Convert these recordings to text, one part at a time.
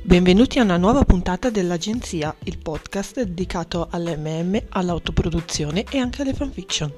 Benvenuti a una nuova puntata dell'Agenzia, il podcast dedicato all'MM, all'autoproduzione e anche alle fanfiction.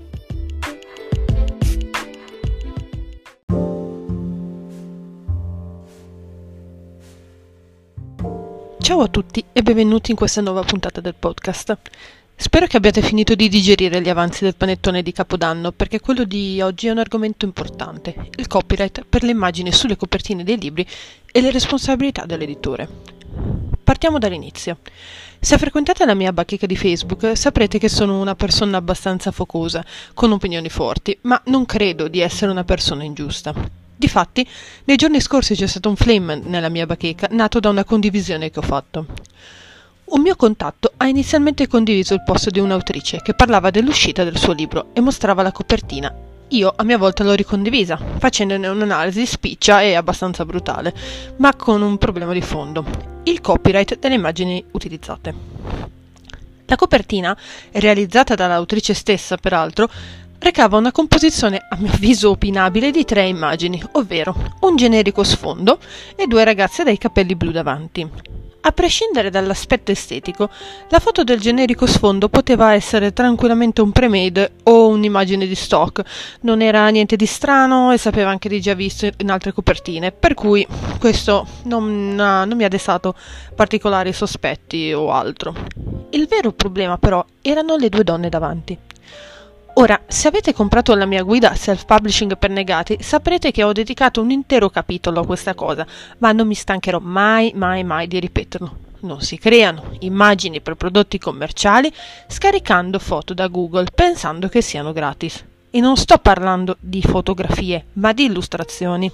Ciao a tutti e benvenuti in questa nuova puntata del podcast. Spero che abbiate finito di digerire gli avanzi del panettone di Capodanno, perché quello di oggi è un argomento importante, il copyright per le immagini sulle copertine dei libri e le responsabilità dell'editore. Partiamo dall'inizio. Se frequentate la mia bacheca di Facebook saprete che sono una persona abbastanza focosa, con opinioni forti, ma non credo di essere una persona ingiusta. Difatti, nei giorni scorsi c'è stato un flame nella mia bacheca, nato da una condivisione che ho fatto. Un mio contatto ha inizialmente condiviso il post di un'autrice che parlava dell'uscita del suo libro e mostrava la copertina. Io a mia volta l'ho ricondivisa, facendone un'analisi spiccia e abbastanza brutale, ma con un problema di fondo: il copyright delle immagini utilizzate. La copertina, realizzata dall'autrice stessa peraltro, recava una composizione a mio avviso opinabile di 3 immagini, ovvero un generico sfondo e 2 ragazze dai capelli blu davanti. A prescindere dall'aspetto estetico, la foto del generico sfondo poteva essere tranquillamente un pre-made o un'immagine di stock, non era niente di strano e sapeva anche di già visto in altre copertine, per cui questo non mi ha destato particolari sospetti o altro. Il vero problema però erano le 2 donne davanti. Ora, se avete comprato la mia guida self-publishing per negati, saprete che ho dedicato un intero capitolo a questa cosa, ma non mi stancherò mai di ripeterlo. Non si creano immagini per prodotti commerciali scaricando foto da Google pensando che siano gratis. E non sto parlando di fotografie, ma di illustrazioni.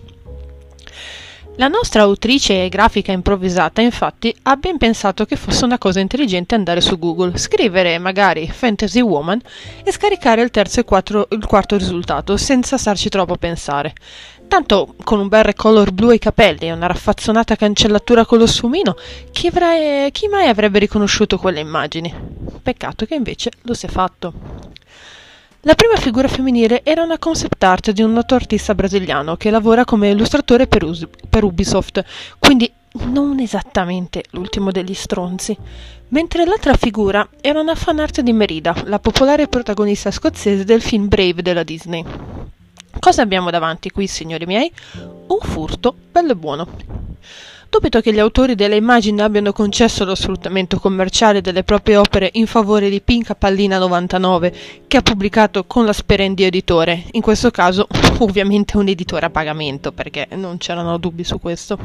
La nostra autrice grafica improvvisata, infatti, ha ben pensato che fosse una cosa intelligente andare su Google, scrivere magari Fantasy Woman e scaricare il terzo e il quarto risultato, senza starci troppo a pensare. Tanto con un bel recolor blu ai capelli e una raffazzonata cancellatura con lo sfumino, chi mai avrebbe riconosciuto quelle immagini? Peccato che invece lo si è fatto. La prima figura femminile era una concept art di un noto artista brasiliano che lavora come illustratore per Ubisoft, quindi non esattamente l'ultimo degli stronzi. Mentre l'altra figura era una fan art di Merida, la popolare protagonista scozzese del film Brave della Disney. Cosa abbiamo davanti qui, signori miei? Un furto bello e buono. Dubito che gli autori delle immagini abbiano concesso lo sfruttamento commerciale delle proprie opere in favore di Pinca Pallina 99, che ha pubblicato con la Sperendi Editore, in questo caso ovviamente un editore a pagamento, perché non c'erano dubbi su questo.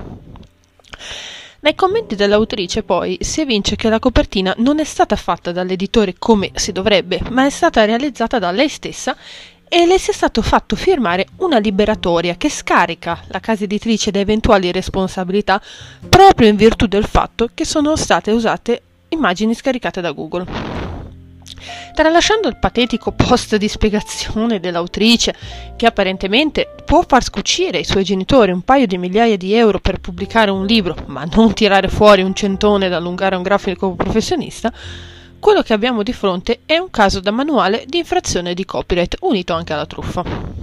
Nei commenti dell'autrice poi si evince che la copertina non è stata fatta dall'editore come si dovrebbe, ma è stata realizzata da lei stessa e le sia stato fatto firmare una liberatoria che scarica la casa editrice da eventuali responsabilità proprio in virtù del fatto che sono state usate immagini scaricate da Google. Tralasciando il patetico post di spiegazione dell'autrice, che apparentemente può far scucire ai suoi genitori un paio di migliaia di euro per pubblicare un libro, ma non tirare fuori un centone da allungare a un grafico professionista, quello che abbiamo di fronte è un caso da manuale di infrazione di copyright unito anche alla truffa.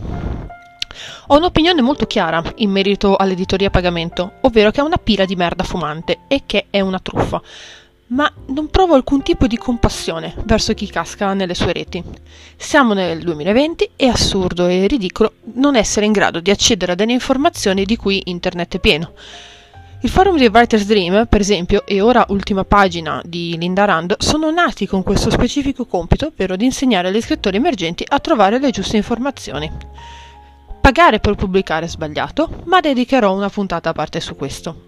Ho un'opinione molto chiara in merito all'editoria a pagamento, ovvero che è una pila di merda fumante e che è una truffa, ma non provo alcun tipo di compassione verso chi casca nelle sue reti. Siamo nel 2020, è assurdo e ridicolo non essere in grado di accedere a delle informazioni di cui internet è pieno. Il forum di Writer's Dream, per esempio, e ora ultima pagina di Linda Rand, sono nati con questo specifico compito, ovvero di insegnare agli scrittori emergenti a trovare le giuste informazioni. Pagare per pubblicare è sbagliato, ma dedicherò una puntata a parte su questo.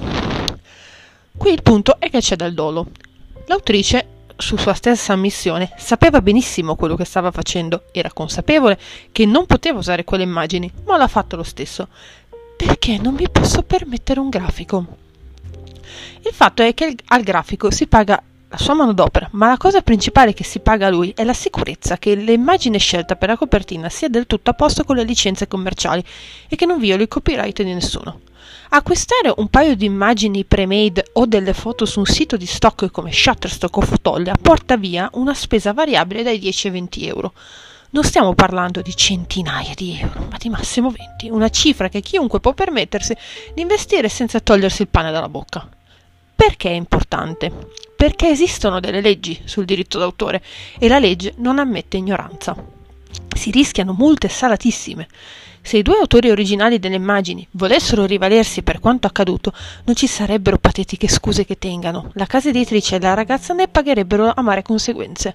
Qui il punto è che c'è del dolo. L'autrice, su sua stessa ammissione, sapeva benissimo quello che stava facendo, era consapevole che non poteva usare quelle immagini, ma l'ha fatto lo stesso. Perché non mi posso permettere un grafico? Il fatto è che al grafico si paga la sua manodopera, ma la cosa principale che si paga a lui è la sicurezza che l'immagine scelta per la copertina sia del tutto a posto con le licenze commerciali e che non violi il copyright di nessuno. Acquistare un paio di immagini pre-made o delle foto su un sito di stock come Shutterstock o Fotolia porta via una spesa variabile dai 10 ai 20 euro. Non stiamo parlando di centinaia di euro, ma di massimo 20, una cifra che chiunque può permettersi di investire senza togliersi il pane dalla bocca. Perché è importante? Perché esistono delle leggi sul diritto d'autore e la legge non ammette ignoranza. Si rischiano multe salatissime. Se i due autori originali delle immagini volessero rivalersi per quanto accaduto, non ci sarebbero patetiche scuse che tengano. La casa editrice e la ragazza ne pagherebbero amare conseguenze.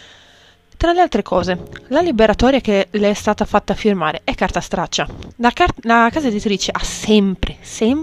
Tra le altre cose, la liberatoria che le è stata fatta firmare è carta straccia. La casa editrice ha sempre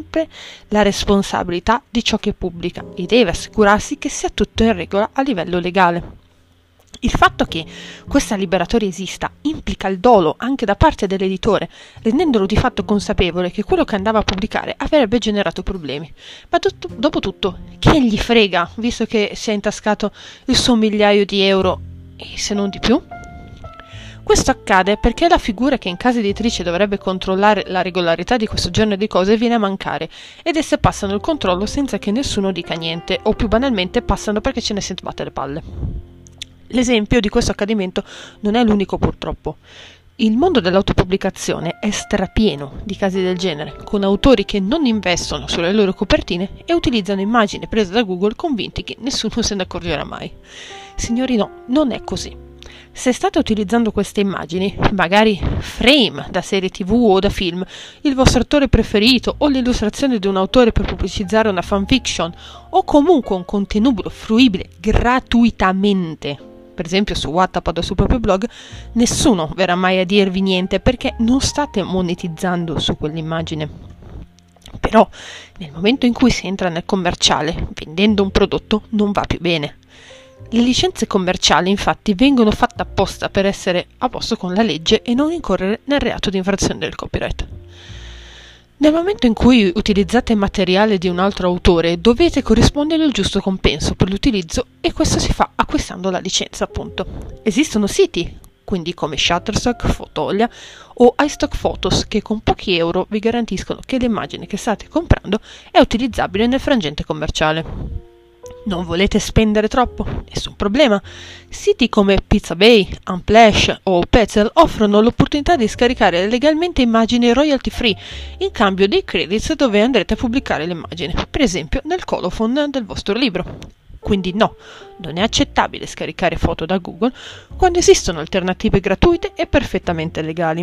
la responsabilità di ciò che pubblica e deve assicurarsi che sia tutto in regola a livello legale. Il fatto che questa liberatoria esista implica il dolo anche da parte dell'editore, rendendolo di fatto consapevole che quello che andava a pubblicare avrebbe generato problemi. Ma dopo tutto, chi gli frega, visto che si è intascato il suo migliaio di euro e se non di più? Questo accade perché la figura che in casa editrice dovrebbe controllare la regolarità di questo genere di cose viene a mancare ed esse passano il controllo senza che nessuno dica niente o più banalmente passano perché ce ne si sbatte le palle. L'esempio di questo accadimento non è l'unico purtroppo. Il mondo dell'autopubblicazione è strapieno di casi del genere, con autori che non investono sulle loro copertine e utilizzano immagini prese da Google convinti che nessuno se ne accorgerà mai. Signori no, non è così. Se state utilizzando queste immagini, magari frame da serie TV o da film, il vostro attore preferito o l'illustrazione di un autore per pubblicizzare una fanfiction o comunque un contenuto fruibile gratuitamente, per esempio su Wattpad o sul proprio blog, nessuno verrà mai a dirvi niente perché non state monetizzando su quell'immagine. Però nel momento in cui si entra nel commerciale, vendendo un prodotto, non va più bene. Le licenze commerciali infatti vengono fatte apposta per essere a posto con la legge e non incorrere nel reato di infrazione del copyright. Nel momento in cui utilizzate materiale di un altro autore dovete corrispondere il giusto compenso per l'utilizzo e questo si fa acquistando la licenza, appunto. Esistono siti, quindi come Shutterstock, Fotolia o iStock Photos, che con pochi euro vi garantiscono che l'immagine che state comprando è utilizzabile nel frangente commerciale. Non volete spendere troppo? Nessun problema. Siti come Pixabay, Unsplash o Petzl offrono l'opportunità di scaricare legalmente immagini royalty free in cambio dei credits dove andrete a pubblicare l'immagine, per esempio nel colophon del vostro libro. Quindi no, non è accettabile scaricare foto da Google quando esistono alternative gratuite e perfettamente legali.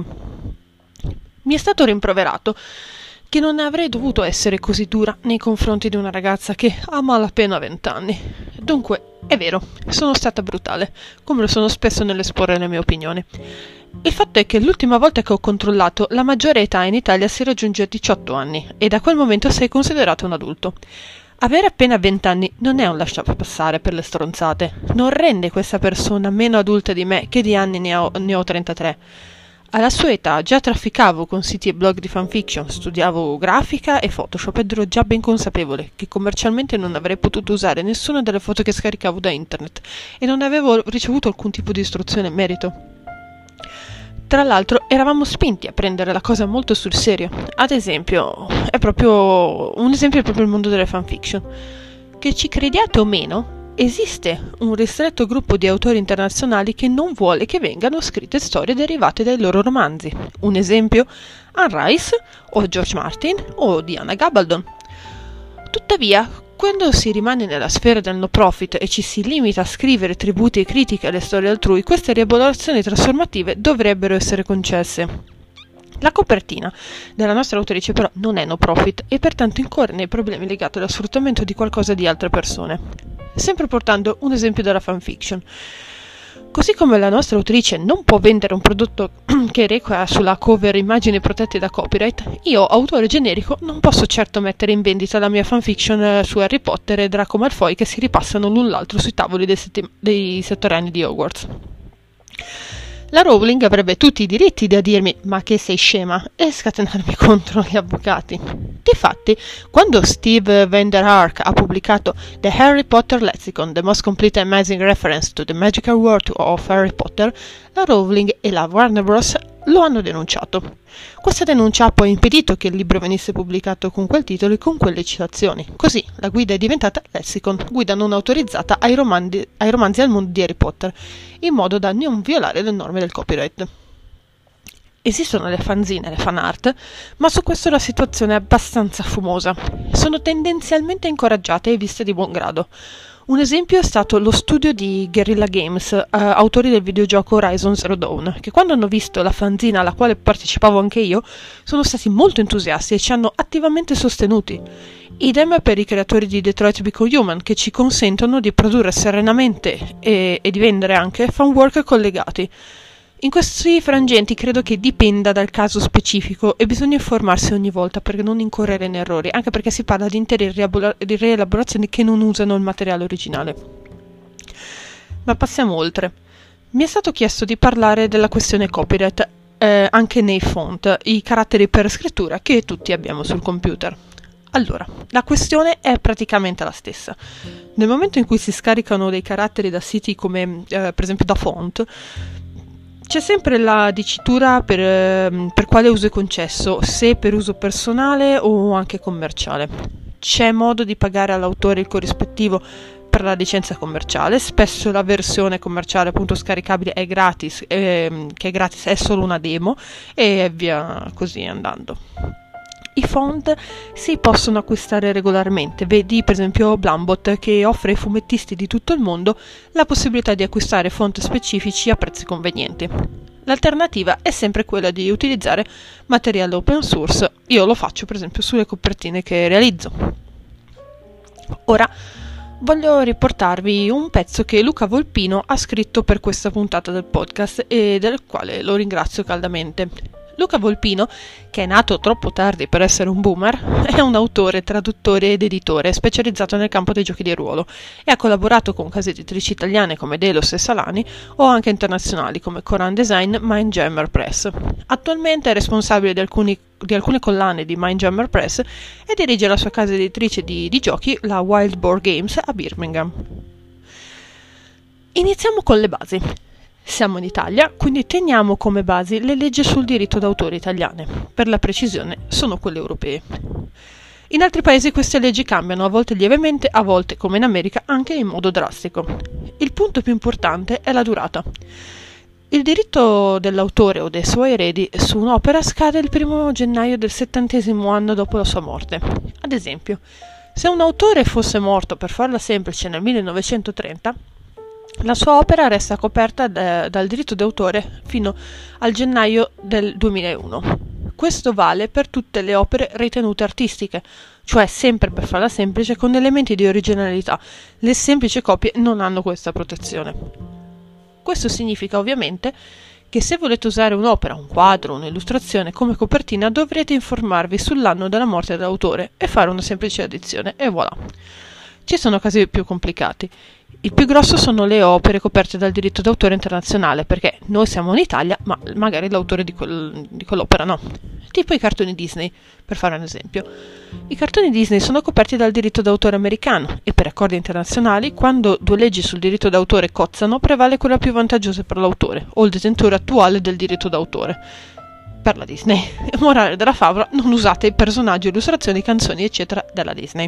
Mi è stato rimproverato che non avrei dovuto essere così dura nei confronti di una ragazza che ha malapena 20 anni. Dunque, è vero, sono stata brutale, come lo sono spesso nell'esporre le mie opinioni. Il fatto è che l'ultima volta che ho controllato la maggiore età in Italia si raggiunge a 18 anni e da quel momento sei considerato un adulto. Avere appena 20 anni non è un lasciapassare per le stronzate, non rende questa persona meno adulta di me che di anni ne ho 33. Alla sua età già trafficavo con siti e blog di fanfiction, studiavo grafica e Photoshop ed ero già ben consapevole che commercialmente non avrei potuto usare nessuna delle foto che scaricavo da internet e non avevo ricevuto alcun tipo di istruzione in merito. Tra l'altro eravamo spinti a prendere la cosa molto sul serio. Ad esempio, è proprio il mondo delle fanfiction. Che ci crediate o meno, esiste un ristretto gruppo di autori internazionali che non vuole che vengano scritte storie derivate dai loro romanzi. Un esempio? Anne Rice, o George Martin, o Diana Gabaldon. Tuttavia, quando si rimane nella sfera del no profit e ci si limita a scrivere tributi e critiche alle storie altrui, queste rielaborazioni trasformative dovrebbero essere concesse. La copertina della nostra autrice però non è no profit e pertanto incorre nei problemi legati allo sfruttamento di qualcosa di altre persone. Sempre portando un esempio della fanfiction. Così come la nostra autrice non può vendere un prodotto che reca sulla cover immagini protette da copyright, io, autore generico, non posso certo mettere in vendita la mia fanfiction su Harry Potter e Draco Malfoy che si ripassano l'un l'altro sui tavoli dei settorani di Hogwarts. La Rowling avrebbe tutti i diritti da dirmi «ma che sei scema» e scatenarmi contro gli avvocati. Difatti, quando Steve Vander Ark ha pubblicato The Harry Potter Lexicon, The Most Complete and Amazing Reference to the Magical World of Harry Potter, la Rowling e la Warner Bros. lo hanno denunciato. Questa denuncia ha poi impedito che il libro venisse pubblicato con quel titolo e con quelle citazioni. Così la guida è diventata lessicon, guida non autorizzata ai romanzi al mondo di Harry Potter, in modo da non violare le norme del copyright. Esistono le fanzine, le fan art, ma su questo la situazione è abbastanza fumosa. Sono tendenzialmente incoraggiate e viste di buon grado. Un esempio è stato lo studio di Guerrilla Games, autori del videogioco Horizon Zero Dawn, che quando hanno visto la fanzina alla quale partecipavo anche io, sono stati molto entusiasti e ci hanno attivamente sostenuti. Idem per i creatori di Detroit Become Human, che ci consentono di produrre serenamente e di vendere anche fanwork collegati. In questi frangenti credo che dipenda dal caso specifico e bisogna informarsi ogni volta per non incorrere in errori, anche perché si parla di intere rielaborazioni che non usano il materiale originale. Ma passiamo oltre. Mi è stato chiesto di parlare della questione copyright anche nei font, i caratteri per scrittura che tutti abbiamo sul computer. Allora, la questione è praticamente la stessa. Nel momento in cui si scaricano dei caratteri da siti come per esempio da Font, c'è sempre la dicitura per quale uso è concesso, se per uso personale o anche commerciale. C'è modo di pagare all'autore il corrispettivo per la licenza commerciale, spesso la versione commerciale appunto scaricabile è gratis, che è gratis è solo una demo e via così andando. I font si possono acquistare regolarmente, vedi per esempio Blambot che offre ai fumettisti di tutto il mondo la possibilità di acquistare font specifici a prezzi convenienti. L'alternativa è sempre quella di utilizzare materiale open source, io lo faccio per esempio sulle copertine che realizzo. Ora voglio riportarvi un pezzo che Luca Volpino ha scritto per questa puntata del podcast e del quale lo ringrazio caldamente. Luca Volpino, che è nato troppo tardi per essere un boomer, è un autore, traduttore ed editore specializzato nel campo dei giochi di ruolo e ha collaborato con case editrici italiane come Delos e Salani o anche internazionali come Coran Design, Mindjammer Press. Attualmente è responsabile di alcune collane di Mindjammer Press e dirige la sua casa editrice di giochi, la Wild Boar Games, a Birmingham. Iniziamo con le basi. Siamo in Italia, quindi teniamo come basi le leggi sul diritto d'autore italiane. Per la precisione, sono quelle europee. In altri paesi queste leggi cambiano, a volte lievemente, a volte, come in America, anche in modo drastico. Il punto più importante è la durata. Il diritto dell'autore o dei suoi eredi su un'opera scade il 1 gennaio del 70° anno dopo la sua morte. Ad esempio, se un autore fosse morto, per farla semplice, nel 1930, la sua opera resta coperta dal diritto d'autore fino al gennaio del 2001. Questo vale per tutte le opere ritenute artistiche, cioè sempre per farla semplice con elementi di originalità. Le semplici copie non hanno questa protezione. Questo significa ovviamente che se volete usare un'opera, un quadro, un'illustrazione come copertina dovrete informarvi sull'anno della morte dell'autore e fare una semplice addizione e voilà. Ci sono casi più complicati. Il più grosso sono le opere coperte dal diritto d'autore internazionale, perché noi siamo in Italia, ma magari l'autore di quell'opera no. Tipo i cartoni Disney, per fare un esempio. I cartoni Disney sono coperti dal diritto d'autore americano e per accordi internazionali, quando due leggi sul diritto d'autore cozzano, prevale quella più vantaggiosa per l'autore, o il detentore attuale del diritto d'autore. Per la Disney. Morale della favola, non usate i personaggi, illustrazioni, canzoni, eccetera della Disney.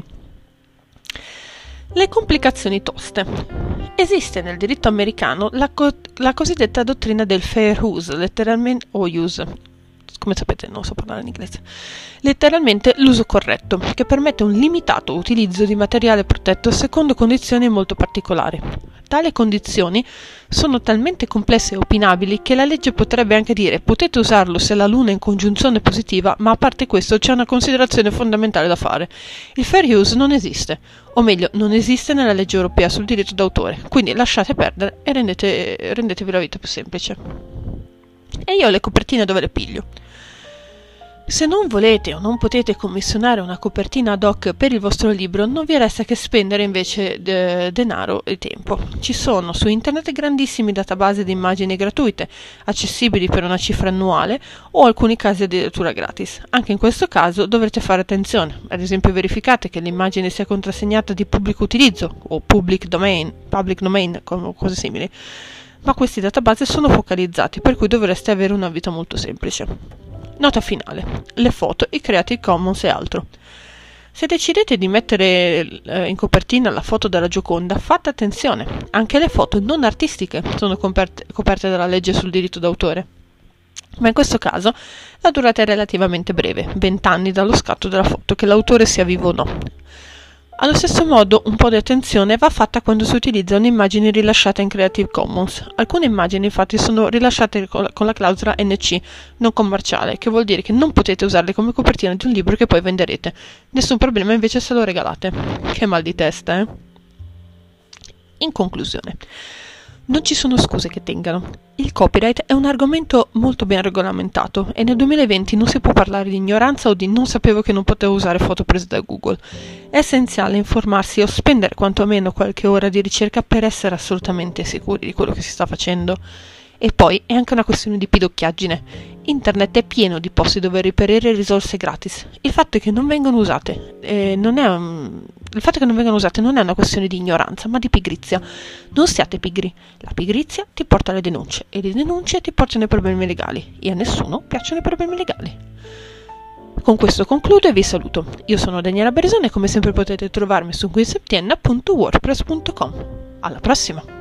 Le complicazioni toste. Esiste nel diritto americano la cosiddetta dottrina del fair use, letteralmente, o use, come sapete non so parlare in inglese, letteralmente l'uso corretto, che permette un limitato utilizzo di materiale protetto secondo condizioni molto particolari. Tali condizioni sono talmente complesse e opinabili che la legge potrebbe anche dire potete usarlo se la luna è in congiunzione positiva, ma a parte questo c'è una considerazione fondamentale da fare. Il fair use non esiste, o meglio non esiste nella legge europea sul diritto d'autore, quindi lasciate perdere e rendetevi la vita più semplice. E io le copertine dove le piglio? Se non volete o non potete commissionare una copertina ad hoc per il vostro libro, non vi resta che spendere invece denaro e tempo. Ci sono su internet grandissimi database di immagini gratuite, accessibili per una cifra annuale o alcuni casi addirittura gratis. Anche in questo caso dovrete fare attenzione, ad esempio verificate che l'immagine sia contrassegnata di pubblico utilizzo o public domain, cose simili. ma questi database sono focalizzati, per cui dovreste avere una vita molto semplice. Nota finale: le foto, i Creative Commons e altro. Se decidete di mettere in copertina la foto della Gioconda, fate attenzione, anche le foto non artistiche sono coperte dalla legge sul diritto d'autore. Ma in questo caso la durata è relativamente breve, 20 anni dallo scatto della foto, che l'autore sia vivo o no. Allo stesso modo, un po' di attenzione va fatta quando si utilizzano immagini rilasciate in Creative Commons. Alcune immagini infatti sono rilasciate con la clausola NC, non commerciale, che vuol dire che non potete usarle come copertina di un libro che poi venderete. Nessun problema invece se lo regalate. Che mal di testa, eh? In conclusione, non ci sono scuse che tengano. Il copyright è un argomento molto ben regolamentato e nel 2020 non si può parlare di ignoranza o di non sapevo che non potevo usare foto prese da Google. È essenziale informarsi o spendere quantomeno qualche ora di ricerca per essere assolutamente sicuri di quello che si sta facendo. E poi è anche una questione di pidocchiaggine. Internet è pieno di posti dove reperire risorse gratis. Il fatto che non vengano usate non è una questione di ignoranza, ma di pigrizia. Non siate pigri. La pigrizia ti porta alle denunce e le denunce ti portano ai problemi legali. E a nessuno piacciono i problemi legali. Con questo concludo e vi saluto. Io sono Daniela Beresone e come sempre potete trovarmi su guidseptienne.wordpress.com. Alla prossima!